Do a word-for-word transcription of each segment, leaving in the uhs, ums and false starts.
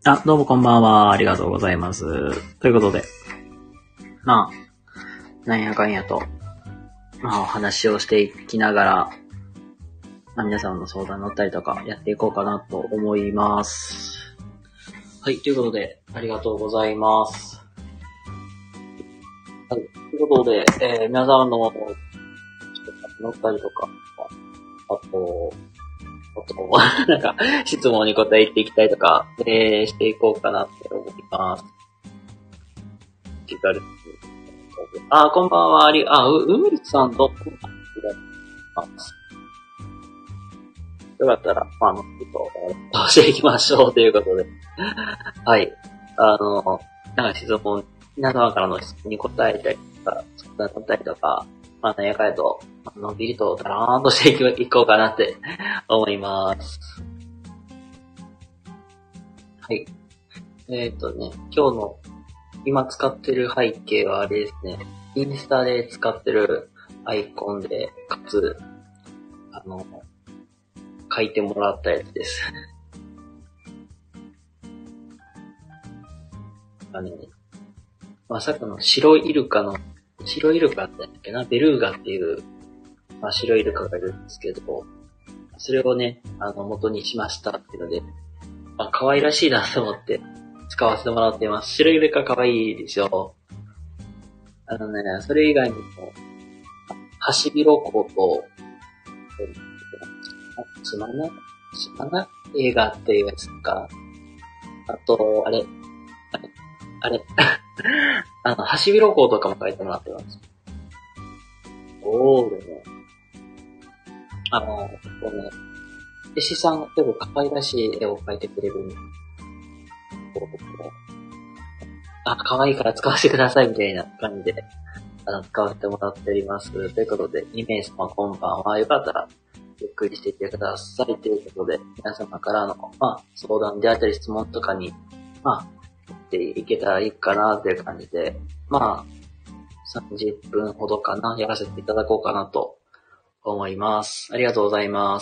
あ、どうもこんばんは。ありがとうございます。ということで、まあ、なんやかんやと、まあ、お話をしていきながら、まあ、皆さんの相談乗ったりとかやっていこうかなと思います。はい、ということで、ありがとうございます。はい、ということで、えー、皆さんの乗ったりとか、あと、あと、なんか、質問に答えていきたいとか、えー、していこうかなって思います。気軽に。あ、こんばんは。あり、あ、う、うみさんと、よかったら、まあ、もっと、押していきましょうということで。はい。あの、なんか質問、皆様からの質問に答えたりとか、相談だったりとか、まあ、なんやかやと、のんびりとだらーんとしていきいこうかなって思います。はい。えっとね、今日の、今使ってる背景はあれですね、インスタで使ってるアイコンで、かつ、あの、書いてもらったやつです。あの、まさかの白イルカの、白イルカだったんだっけな、ベルーガっていう、まあ、白イルカがいるんですけど、それをね、あの、元にしましたっていうので、まあ、可愛らしいなと思って使わせてもらっています。白イルカ可愛いでしょ。あのね、それ以外にも、ハシビロコウと、島な、島な映画っていうやつか、あと、あれ、あれ、あれ、あの、ハシビロコウとかも書いてもらってます。おー、ね、あの、この、絵師さんが結構可愛らしい絵を描いてくれるんで、あ、可愛いから使わせてくださいみたいな感じで、あの、使わせてもらっております。ということで、に名様こんばんは。よかったら、ゆっくりしていってください。ということで、皆様からの、まあ、相談であったり質問とかに、まあ、言っていけたらいいかなという感じで、まあ、さんじゅっぷんほどかな、やらせていただこうかなと思います。ありがとうございます。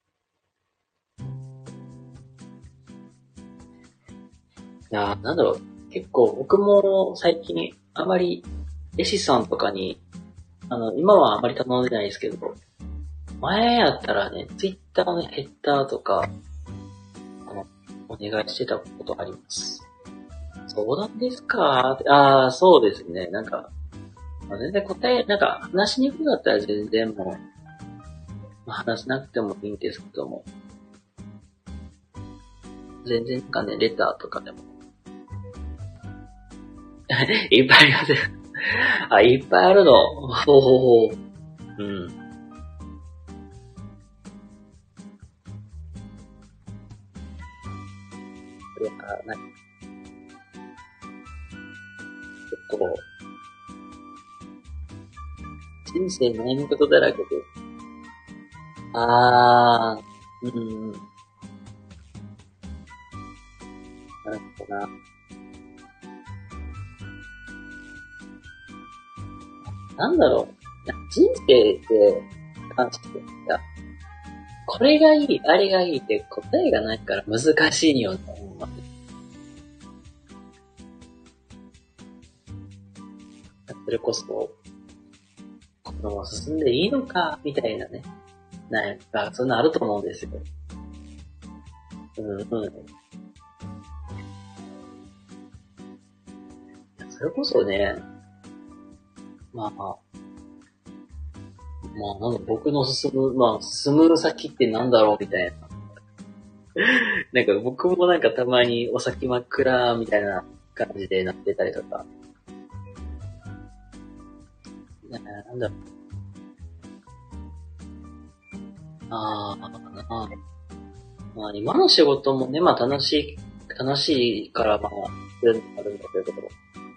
いやー、なんだろう、結構僕も最近、あまり、絵師さんとかに、あの、今はあまり頼んでないですけど、前やったらね、ツイッターのヘッダーとか、あの、お願いしてたことあります。相談ですか？ああ、そうですね。なんか、まあ、全然答え、なんか、話しにくくなったら全然もう、まあ、話しなくてもいいんですけども、全然なんかね、レターとかでも、いっぱいありますよ。あ、いっぱいあるの。ほうほうほう。うん。これは、なんか、結構、人生悩むことだらけで、あー、うん、なるほどな。なんだろう。人生って関して、これがいい、あれがいいって答えがないから難しいよね。それこそ、このまま進んでいいのか、みたいなね。なんか、そんなあると思うんですよ。うんうん。それこそね、まあまあ、まあ、なんだ僕の進む、まあ、進む先ってなんだろうみたいな。なんか僕もなんかたまにお先真っ暗みたいな感じでなってたりとか。ななんだろう。あーあー、まあ今の仕事もね、まあ楽しい、楽しいからまあ、そういうのもあるんだけど、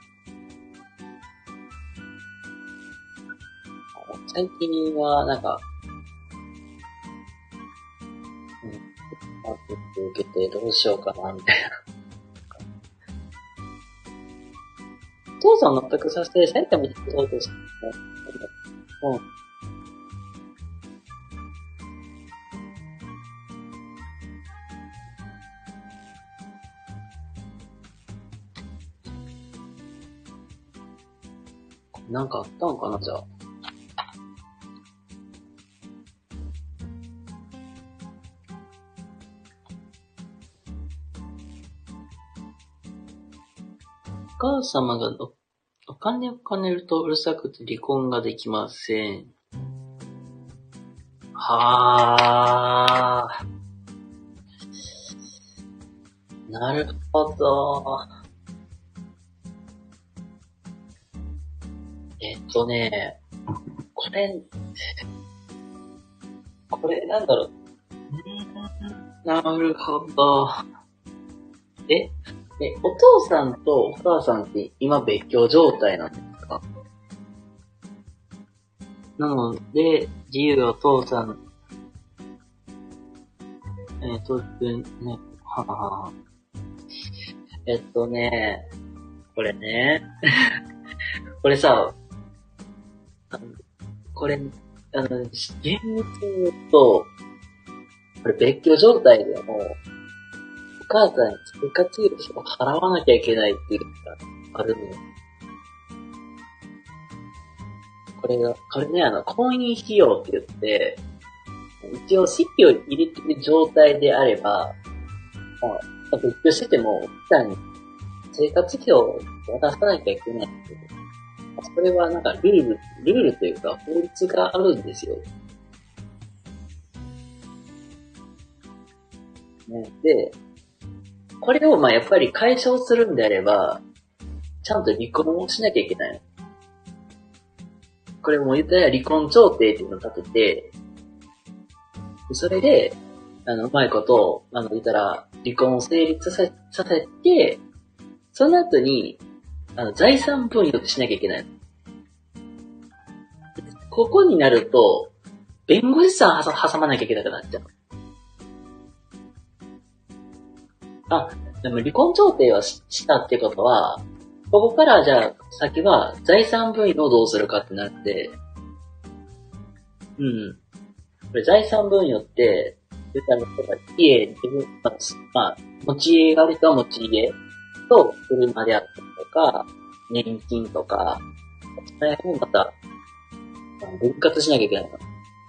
最近はなんか、うん、アウトプット受けてどうしようかな、みたいな。お父さん納得させて、埼玉に行こうとしてね。うん。 なんかあったのかな、じゃあ。お母様がお、お金を兼ねるとうるさくて離婚ができません。はあ。なるほど。えっとね、これ、これなんだろう。なるほど。え、え、お父さんとお母さんって今別居状態なんですか？なので、自由お父さん、えっと、ね、ははは。えっとね、これね、これさ、あのこれ、あの、厳密に言うと、これ別居状態でも、お母さんに生活費を払わなきゃいけないっていうのがあるのよ。これが、これね、あの、婚姻費用って言って、一応式を入れてる状態であれば、まあ、別居してても、普段に生活費を渡さなきゃいけないっていう。それはなんかルール、ルールというか法律があるんですよ。ね、で、これをまあやっぱり解消するんであれば、ちゃんと離婚をしなきゃいけないの。これも言ったら離婚調停っていうのを立てて、それで、あの、うまいこと、あの、言ったら離婚を成立させ、させて、その後に、あの、財産分与しなきゃいけないの。ここになると、弁護士さん挟まなきゃいけなくなっちゃう。あ、でも離婚調停はし、したってことは、ここからじゃあ先は財産分与をどうするかってなって、うん。これ財産分与って、言ったら、家、自分、まあ、まあ、持ち家がある人は持ち家と車であったりとか、年金とか、それもまた、分割しなきゃいけないの。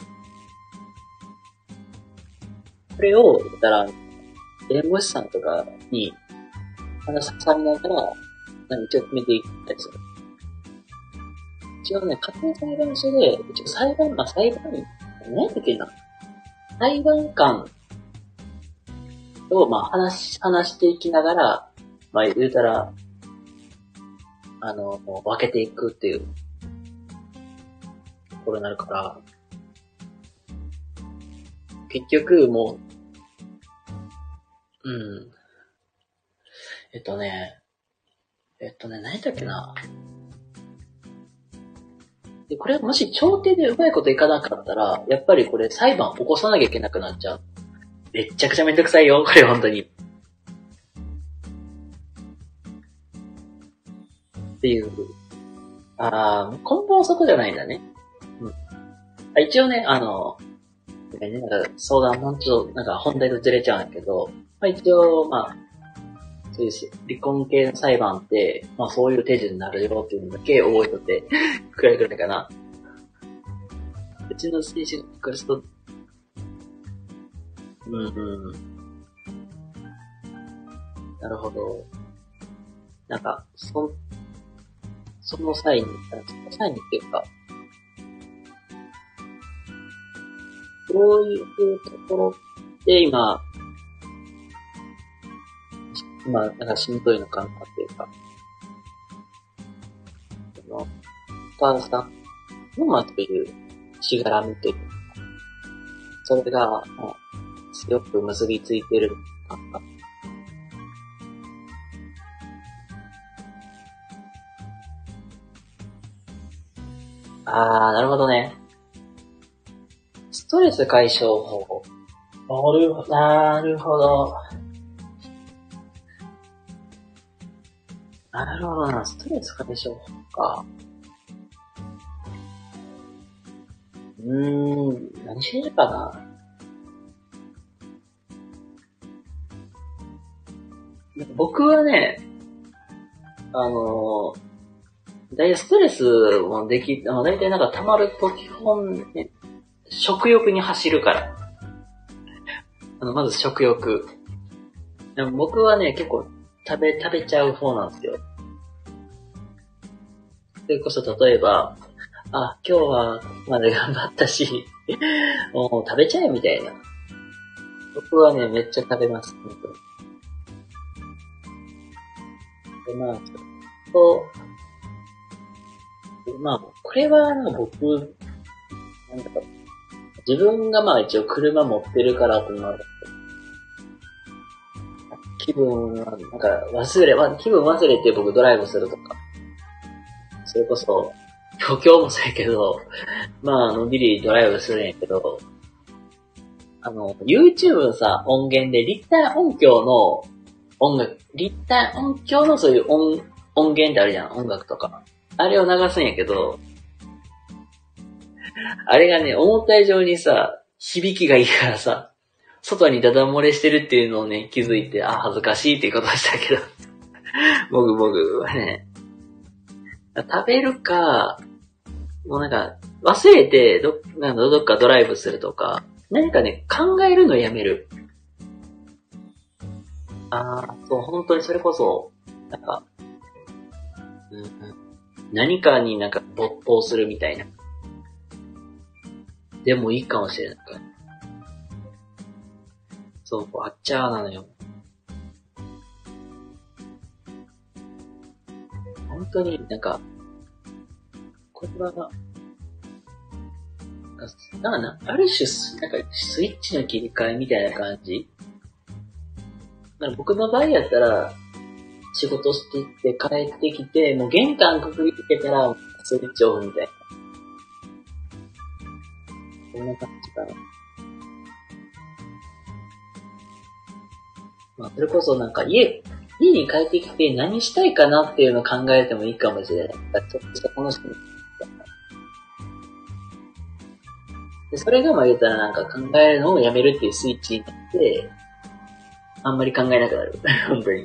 これを、言ったら、弁護士さんとかに話し挟みながら、一応決めていったりする。一応ね、家庭裁判所で、一応裁判、まあ裁判員、何やったっけな。裁判官を、まあ話し、話していきながら、まあ言うたら、あの、分けていくっていうところになるから、結局もう、うん。えっとね、えっとね、何やったっけな。で、これもし調停でうまいこといかなかったら、やっぱりこれ裁判起こさなきゃいけなくなっちゃう。めっちゃくちゃめんどくさいよ、これ本当に。っていう。あー、根本はそこじゃないんだね。うん。一応ね、あの、ね、なんか相談もちょっと、なんか本題とずれちゃうんやけど、まあ一応、まあ、そういう離婚系の裁判って、まあそういう手順になるよっていうのだけ覚えとってくれるくらいかな。うちの政治家からすると、うんうん。なるほど。なんか、そ、その際に、その際にっていうか、どういうところで今、今、なんかしんどいのかなっていうか、その、お母さんの、まあ、というしがらみというか、それが、もう、強く結びついてるのか。あー、なるほどね。ストレス解消法。なるほど、なるほど。なるほどな、ストレス解消法か。うーん、何してるかな。僕はね、あのだいたいストレスもでき、だいたいなんか溜まると基本ね、食欲に走るから。あの、まず食欲。でも僕はね、結構食べ、食べちゃう方なんですよ。それこそ例えば、あ、今日はここまで頑張ったし、もう食べちゃえみたいな。僕はね、めっちゃ食べます。本当に。で、まあ、と、まあ、これは僕、なんだか、自分がまあ一応車持ってるからとなる。気分は、なんか忘れ、気分忘れて僕ドライブするとか。それこそ、今日もそうやけど、まあ、のんびりドライブするんやけど、あの、YouTube のさ、音源で立体音響の音楽、立体音響のそういう音、音源ってあるじゃん、音楽とか。あれを流すんやけど、あれがね、思った以上にさ、響きがいいからさ、外にダダ漏れしてるっていうのをね、気づいて、あ、恥ずかしいっていうことをしたけど、僕僕はね、食べるか、もうなんか、忘れてど、なんかどっかドライブするとか、何かね、考えるのやめる。ああ、そう、本当にそれこそ、なんか、うんうん、何かになんか没頭するみたいな。でもいいかもしれない。そう、あっちゃーなのよ。本当になんか、これは、なんかある種、なんかスイッチの切り替えみたいな感じ。なんか僕の場合やったら、仕事していって帰ってきて、もう玄関くぐりつけたら、スイッチオフみたいな。こんな感じかな。まあ、それこそなんか家、家に帰ってきて何したいかなっていうのを考えてもいいかもしれない。ちょっとした楽しみ。で、それがまあ言ったらなんか考えるのをやめるっていうスイッチになって、あんまり考えなくなる。本当に。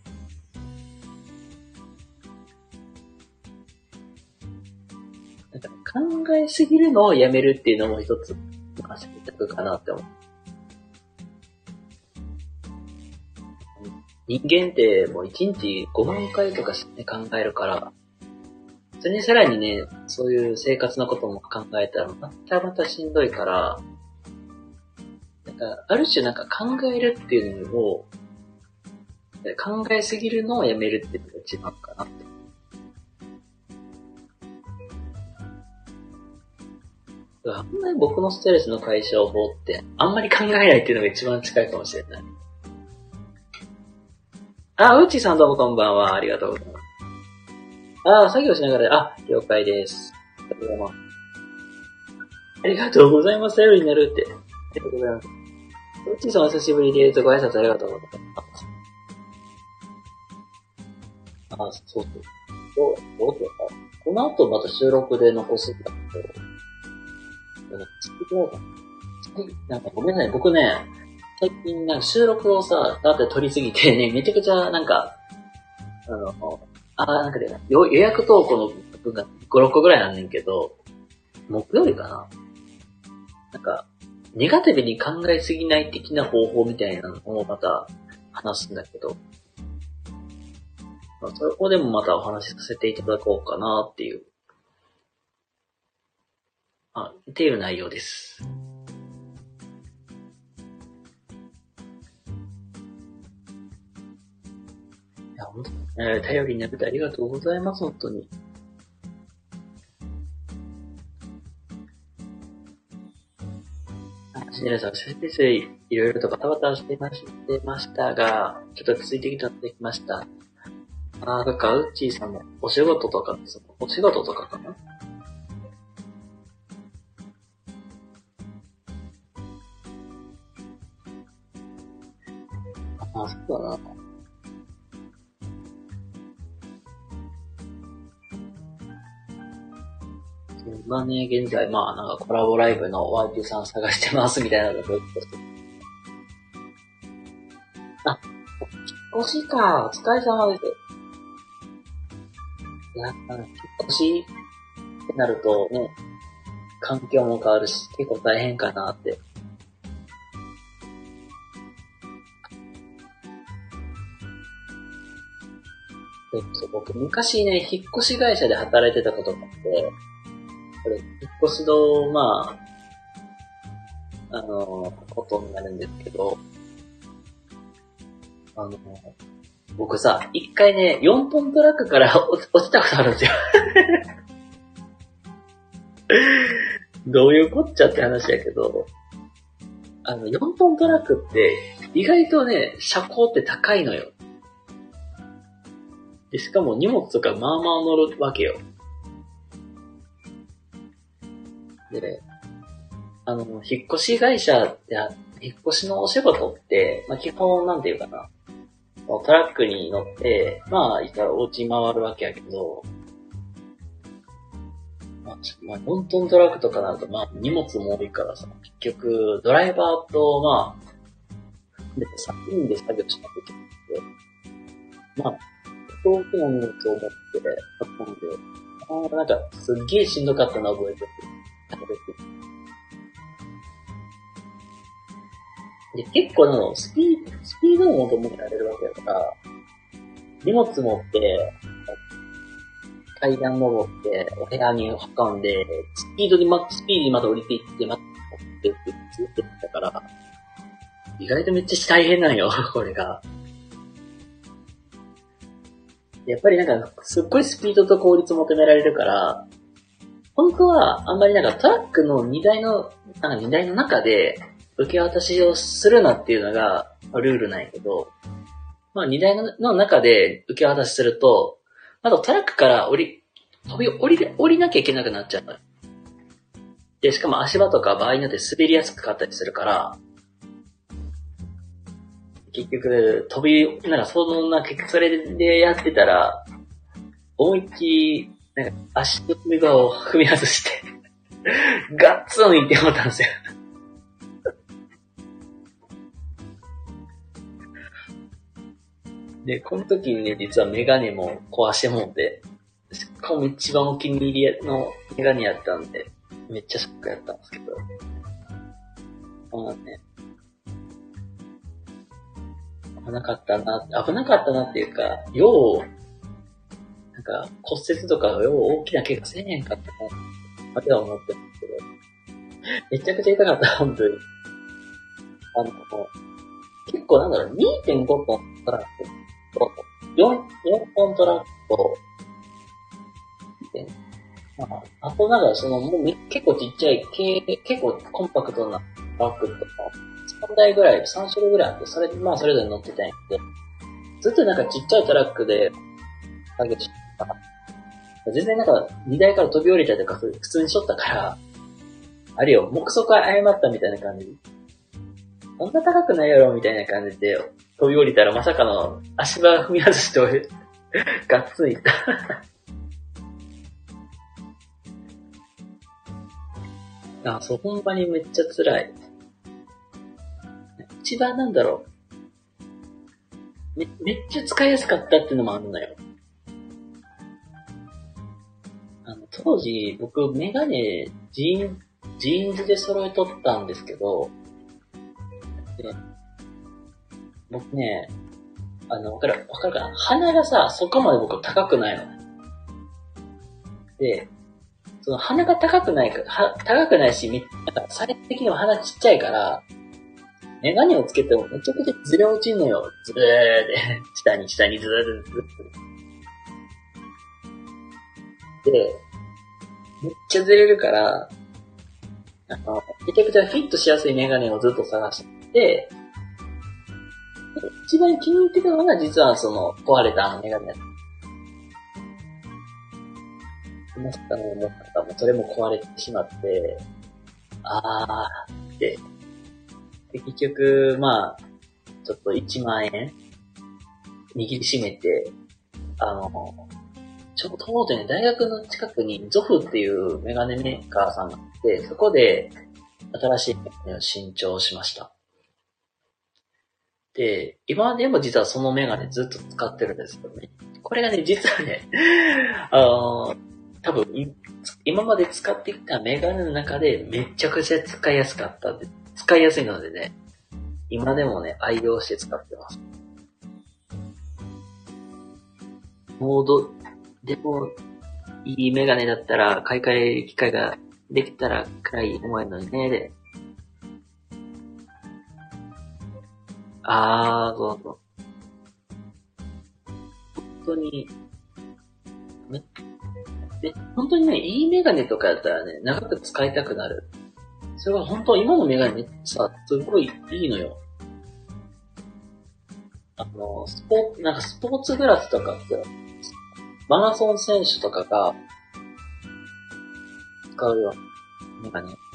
なんか考えすぎるのをやめるっていうのも一つ、まあ、選択かなって思う。人間ってもういちにちごまんかいとかして、ね、考えるから、それにさらにね、そういう生活のことも考えたら、またまたしんどいから、なんか、ある種なんか考えるっていうのを、考えすぎるのをやめるっていうのが一番かなって。あんまり僕のストレスの解消法って、あんまり考えないっていうのが一番近いかもしれない。あ、うっちーさんどうもこんばんは。ありがとうございます。あ、作業しながら、あ、了解です。ありがとうございます。ありがとうございます。頼りになるって。ありがとうございます。うっちーさんお久しぶりです。ご挨拶ありがとうございます。あ、そうそう。どう、どうですか？この後また収録で残すんだけど、なんかごめんなさい。僕ね、最近なんか収録をさ、だって撮りすぎてね、めちゃくちゃなんか、あの、あ、なんかね、予約投稿の分がご、ろっこぐらいなんねんけど、木曜日かな？なんか、ネガティブに考えすぎない的な方法みたいなのをまた話すんだけど、まあ、そこでもまたお話しさせていただこうかなっていう、あ、っていう内容です。いや、本当に、えー、頼りになってありがとうございます、本当に。シネラさん、先生、いろいろとバタバタしてましてましたが、ちょっと落ち着いてきたってきました。あー、だから、ウッチーさんも、お仕事とか、お仕事とかかな？あ、そうだな。今ね、現在、まあ、なんかコラボライブのワイピーさん探してますみたいなのが、あ、引っ越しか。お疲れ様です。 いや、あの、引っ越しってなるとね、環境も変わるし、結構大変かなって。でそう僕、昔ね、引っ越し会社で働いてたことがあって、これ、引っ越しの、まあ、あの、ことになるんですけど、あの、僕さ、一回ね、よんトントラックから落ちたことあるんですよ。どういうこっちゃって話やけど、あの、よんトントラックって、意外とね、車高って高いのよ。で、しかも荷物とかまあまあ乗るわけよ。で、あの、引っ越し会社って、引っ越しのお仕事って、まあ、基本なんていうかな。トラックに乗って、まあ、いたらお家回るわけやけど、まあ、まあ、よんトントラックとかなると、まあ、荷物も多いからさ、結局、ドライバーと、まあ、でさんにんで作業しなきゃいけなくて、まあ、遠くの荷物を持って運んで、ああ、なんか、すっげえしんどかったの覚えてる。で、結構のスピード、スピードを求められるわけだから、荷物持って、階段登って、お部屋に運んで、スピードにま、スピードにまた降りていって、また降ってってずっとやったから、意外とめっちゃ大変なんよ、これが。やっぱりなんか、すっごいスピードと効率求められるから、本当はあんまりなんかトラックの荷台の、なんか荷台の中で受け渡しをするなっていうのがルールなんやけど、まあ荷台の中で受け渡しすると、あとトラックから降り、飛び降り、降りなきゃいけなくなっちゃうのよ。で、しかも足場とか場合によって滑りやすかったりするから、結局、飛び、なんかそんな、結局それでやってたら、思いっきり、なんか足の踏み場を踏み外して、ガッツンいって思ったんですよ。で、この時にね、実はメガネも壊してもって、しかも一番お気に入りのメガネやったんで、めっちゃショックやったんですけど。まあね、危なかったな、危なかったなっていうか、よう、なんか骨折とかよう大きな怪我せえへんかったな、までは思ってるんですけど、めちゃくちゃ痛かった、本当に。あの、結構なんだろう、にてんご トントラックと、よん、よんトントラックと、で、まあ、あとなんかその、もう結構ちっちゃい、結構コンパクトなバッグとか、さんだいぐらい、さん種類ぐらいあって、それ、まあそれぞれ乗ってたんやけど、ずっとなんかちっちゃいトラックで作業してたから、全然なんか荷台から飛び降りたりとか普通にしょったから、あれよ、目測は誤ったみたいな感じ。こんな高くないやろみたいな感じで飛び降りたらまさかの足場踏み外してガッツンいった。あ、そう、ほんまにめっちゃ辛い。一番なんだろう。め、めっちゃ使いやすかったっていうのもあるのよ。あの、当時、僕、メガネ、ジーン、ジーンズで揃えとったんですけど、で、僕ね、あの、わかる、わかるかな、鼻がさ、そこまで僕高くないの。で、その鼻が高くないか、は、高くないし、なんか、サイズ的には鼻ちっちゃいから、メガネをつけてもめちゃくちゃずれ落ちんのよ。ずーで、下に下にずーずーずで、めっちゃずれるから、あの、めちゃくちゃフィットしやすいメガネをずっと探して、一番気に入ってたのが実はその壊れたあのメガネだった。まさかの思ったらもそれも壊れてしまって、あーって、で結局、まあ、ちょっといちまんえん握りしめて、あの、ちょうどね、大学の近くにゾフっていうメガネメーカーさんがあって、そこで新しいメガネを新調しました。 で、今でも実はそのメガネずっと使ってるんですよね。これがね、実はね、あの、多分、今まで使ってきたメガネの中でめちゃくちゃ使いやすかったんで、使いやすいのでね、今でもね、愛用して使ってます。モード、でも、いいメガネだったら、買い替え機会ができたらくらい思えるのにね、で。あー、そうそう。本当に、ね、で、本当にね、いいメガネとかやったらね、長く使いたくなる。それは本当、今のメガネさ、すごいいいのよ。あの、スポーツ、なんかスポーツグラスとかって、マラソン選手とかが使うよ。メガネ。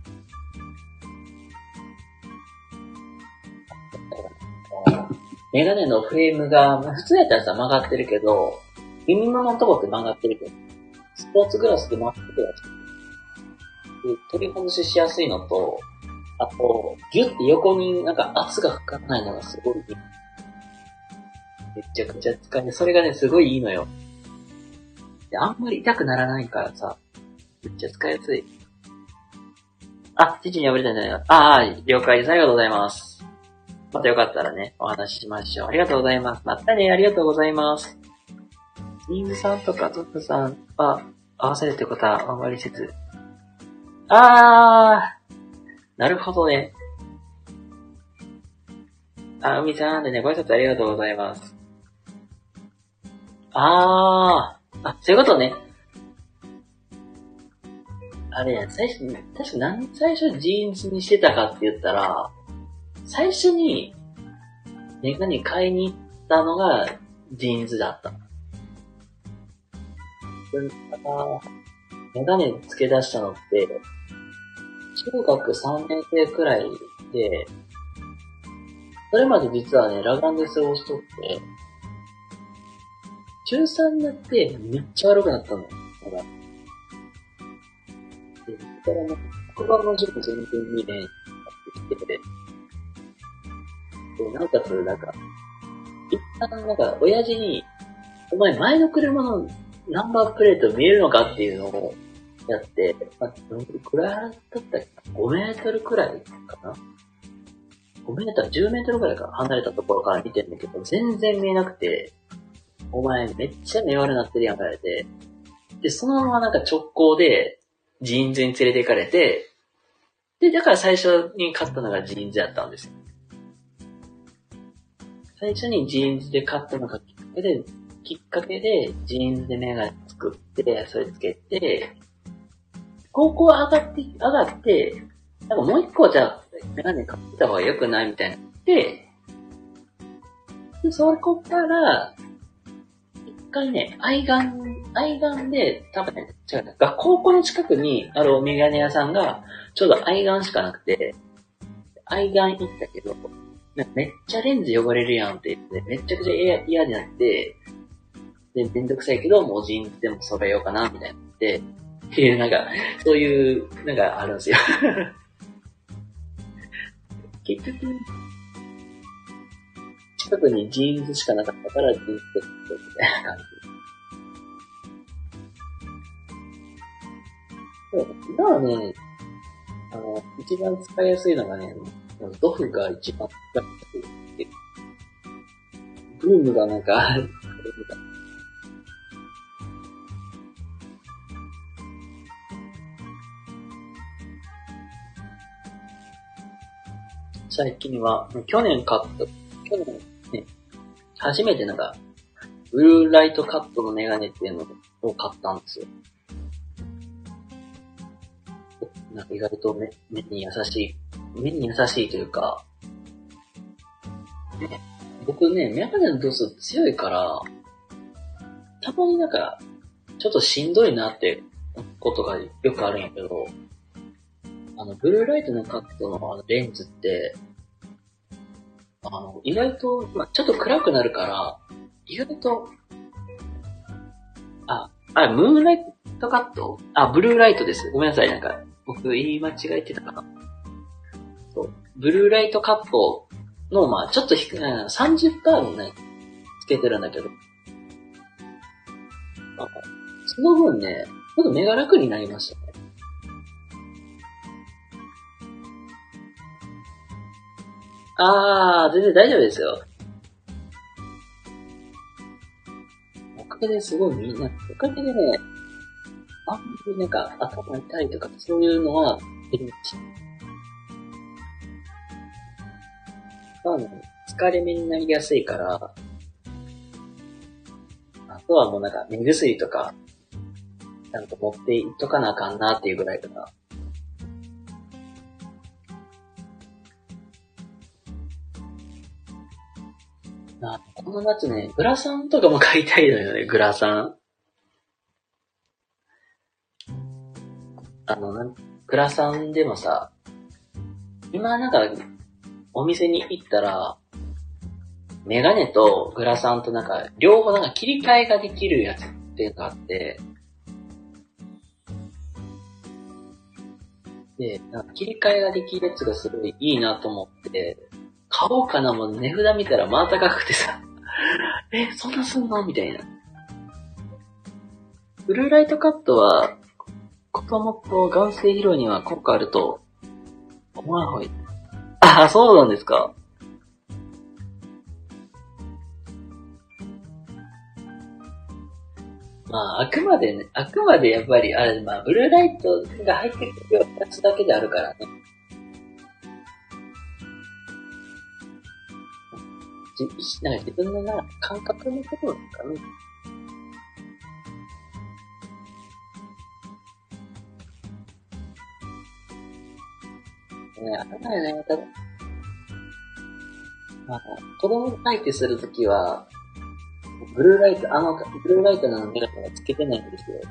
メガネのフレームが、普通やったらさ、曲がってるけど、耳のとこって曲がってるけど、スポーツグラスで曲がってるやつ。取り外ししやすいのと、あと、ギュッて横になんか圧がかかんないのがすごいいい。めちゃくちゃ使いね。それがね、すごいいいのよ。で、あんまり痛くならないからさ、めっちゃ使いやすい。あ、父に破れたんじゃないか。ああ、了解です。ありがとうございます。またよかったらね、お話ししましょう。ありがとうございます。またね、ありがとうございます。ニーズさんとかトップさんは合わせるってことはあんまりせず。あー、なるほどね。あ、海さんでね、ご挨拶ありがとうございます。あー、あ、そういうことね。あれや、最初に、確か何最初ジーンズにしてたかって言ったら、最初にメガネ買いに行ったのがジーンズだった。メガネつけ出したのって、中学さんねん生くらいで、それまで実はね、裸眼で過ごしとって、中さんになってめっちゃ悪くなったの。ほら。で、だからね、黒板の塾全然にねんやってきてて、で、なおかつ、なんか、一旦なんか、親父に、お前前の車のナンバープレート見えるのかっていうのをやって、まあ、どのくらいだったっけ ?ご メートルくらいかな ?ご メートル、じゅうメートルくらいか離れたところから見てるんだけど、全然見えなくて、お前めっちゃ目悪なってるやんかれて、で、そのままなんか直行で、ジーンズに連れて行かれて、で、だから最初に買ったのがジーンズやったんですよ。最初にジーンズで買ったのがきっかけで、きっかけで、ジーンズでメガネ作って、それつけて、高校上がって、上がって、なんかもう一個じゃあ、メガネ買ってた方が良くないみたいになって、で、そこから、一回ね、愛玩、愛玩で、多分ね、違うな、学校校の近くにあるおメガネ屋さんが、ちょうど愛玩しかなくて、愛玩行ったけど、めっちゃレンズ汚れるやんって言って、めっちゃくちゃ嫌嫌になって、で、めんどくさいけど、もうジーンズでも揃えようかな、みたいになって、っていう、なんか、そういう、なんかあるんですよ。結局、近くにジーンズしかなかったから、ジーンズでみたいな感じ。そう、今はね、あの、一番使いやすいのがね、ドフが一番使いやすい。ブームがなんか、最近は、去年買った、去年ね、初めてなんか、ブルーライトカットのメガネっていうのを買ったんですよ。なんか意外と目、目に優しい、目に優しいというか、ね、僕ね、メガネの度数強いから、たまになんか、ちょっとしんどいなってことがよくあるんやけど、あの、ブルーライトのカットのあのレンズって、あの、意外と、まあ、ちょっと暗くなるから、意外と、あ、あ、ムーンライトカットあ、ブルーライトです。ごめんなさい、なんか、僕言い間違えてたかな。そう。ブルーライトカットの、まあちょっと低い、さんじゅっパーセントね、つけてるんだけど、まあ、その分ね、ちょっと目が楽になりましたね。あー、全然大丈夫ですよ。おかげですごいみんな、おかげでね、あんまりなんか頭痛いとかそういうのは減りました。まあね、疲れ目になりやすいから、あとはもうなんか目薬とか、ちゃんと持っていっとかなあかんなっていうぐらいかな。あ、この夏ね、グラサンとかも買いたいのよね、グラサン。あの、なんグラサンでもさ、今なんか、お店に行ったら、メガネとグラサンとなんか、両方なんか切り替えができるやつっていうのがあって、で、なんか切り替えができるやつがすごいいいなと思って、買おうかなもう値札見たらまあ高くてさ、え、そんなすんのみたいな。ブルーライトカットは、子供と眼性疲労には効果あると思わない方がいい。あ、そうなんですか。まあ、あくまでね、あくまでやっぱり、あれ、まあ、ブルーライトが入ってくるやつだけであるからね。じなんか自分のな感覚のことなんかね。ね、あれだよね。ただ、まあ、子供に相手するときは、ブルーライト、あの、ブルーライトのメガネはつけてないんですよ。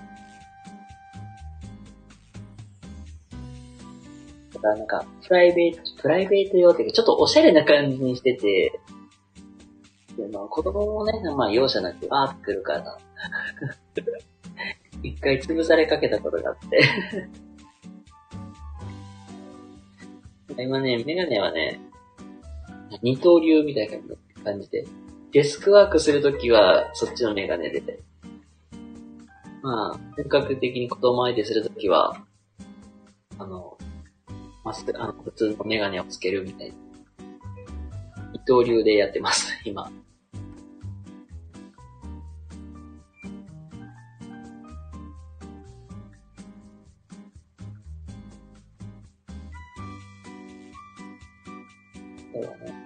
だからなんか、プライベート、プライベート用っていうか、ちょっとおしゃれな感じにしてて、でまあ、子供もね、まあ容赦なくわーってくるから、一回潰されかけたことがあって。今ね、メガネはね、二刀流みたいな感じで、デスクワークするときはそっちのメガネで、まあ、本格的に子供相手するときは、あの、マスク、あの、普通のメガネをつけるみたいな。二刀流でやってます、今。そうだね。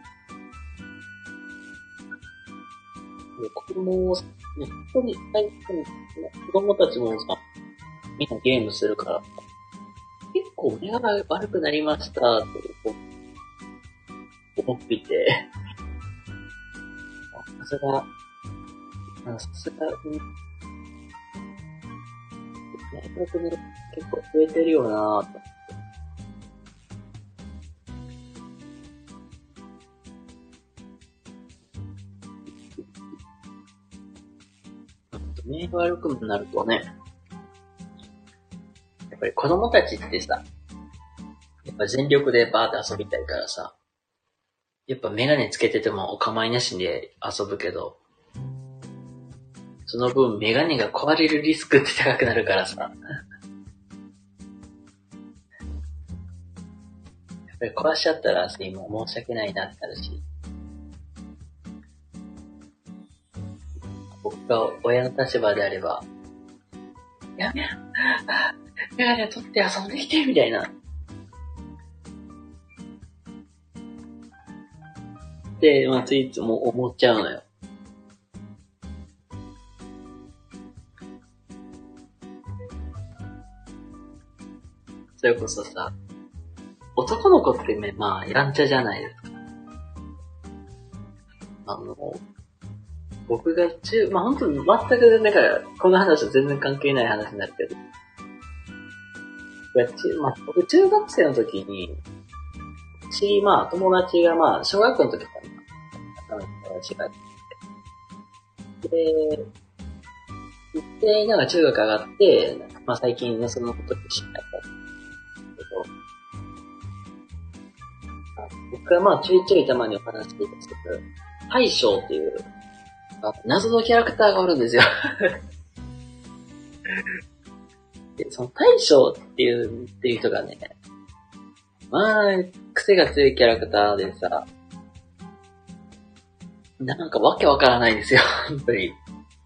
で子供を、ね、本当に、最近、ね子供たちもさ、みんなゲームするから、結構目が悪くなりましたって思っていて、さすが、あさすが、うん、ね、僕ね、結構増えてるよなぁと。目が悪くなるとね、やっぱり子供たちってさ、やっぱ全力でバーって遊びたいからさ、やっぱメガネつけててもお構いなしで遊ぶけど、その分メガネが壊れるリスクって高くなるからさ、やっぱり壊しちゃったらもう申し訳ないなってなるし、僕が親の立場であれば、やめろメガネ取って遊んできてみたいな。で、まあ、ついつも思っちゃうのよ。それこそさ、男の子ってね、まあ、やんちゃじゃないですか。あの、僕が中、まあ本当に全く、なんか、この話と全然関係ない話になるけど、いや中まあ、僕中学生の時に、うち、まあ友達がまあ、小学校の時から、友達がいて、で、で、なんか中学上がって、まあ最近ね、そのことにしないかけど、 僕はまあちょいちょいたまにお話していたんですけど、大将っていう、謎のキャラクターがおるんですよ。で、その大将っていう、っていう人がね、まあ、癖が強いキャラクターでさ、なんかわけわからないんですよ、本当に。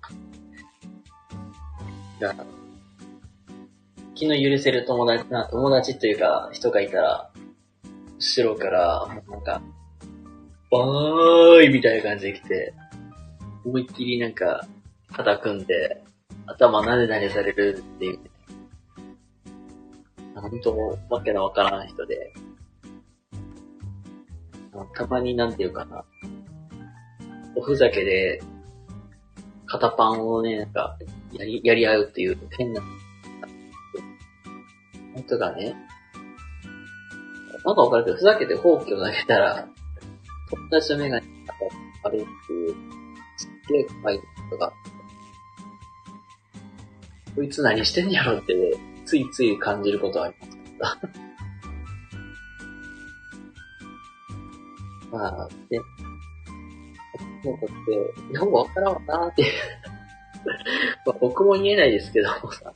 が気の許せる友達な、友達というか、人がいたら、後ろから、もうなんか、わーいみたいな感じで来て、思いっきりなんか、肩組んで、頭なでなでされるっていう、ね、本当わけのわからん人で、たまになんていうかな、おふざけで、肩パンをね、なんか、やり、やり合うっていう変な、本当がね、なんかわかるけど、ふざけてほうきを投げたら、友達の目が当たるっていう、すっげえ怖い人が、こいつ何してんやろって、ね、ついつい感じることはありますから。まあ、ね、なんかって、よくわからんわなーってまあ、僕も言えないですけどもさ。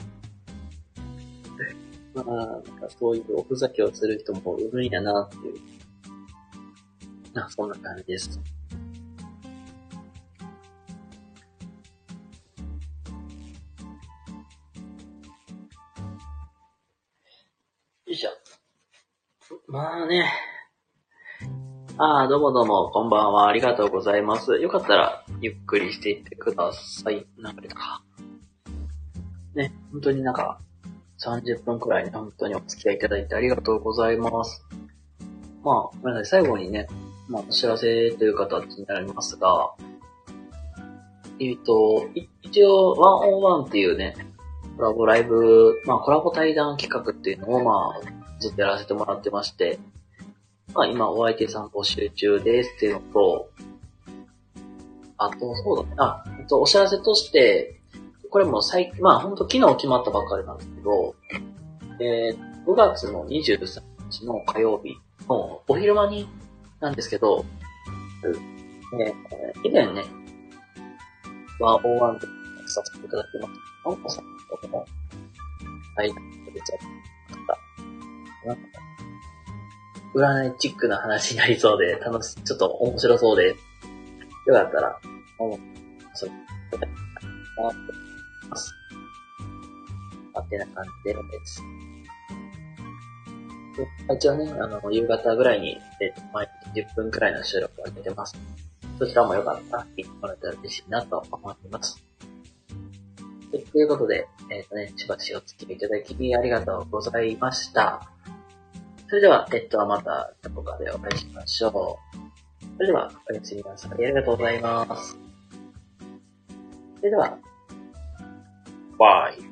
まあ、なんかそういうおふざけをする人もいるんやなっていう。な、そんな感じです。よいしょ。まあね。ああ、どうもどうも、こんばんは。ありがとうございます。よかったら、ゆっくりしていってください。なんか、ね、本当になんか、さんじゅっぷんくらいね、本当にお付き合いいただいてありがとうございます。まあ、ごめんなさい、最後にね、まあ、お知らせという形になりますが、えっと、一応、ワンオンワンっていうね、コラボライブ、まあ、コラボ対談企画っていうのを、まあ、ずっとやらせてもらってまして、まあ、今、お相手さん募集中ですっていうのと、あと、そうだね、あ、えっと、お知らせとして、これも最近、まあ、ほんと昨日決まったばっかりなんですけど、えー、ごがつのにじゅうさんにちの火曜日のお昼間になんですけど、ね、以前ね、ワンオーワンでさせていただきました。なんかさんとも、はい、出ちゃった。なんか、占いチックな話になりそうで、楽し、ちょっと面白そうで、よかったら、もう、それ、いただきたいなと思います。あてな感じでです。一応ね、あの、夕方ぐらいに、えっと、毎日じゅっぷんくらいの収録を上げてます。そちらもよかったら、聞いてもらえたら嬉しいなと思います。ということで、えっとね、しばしお付き合いいただきありがとうございました。それでは、えっと、またどこかでお会いしましょう。それでは、おやすみなさい。ありがとうございます。それでは、バイ。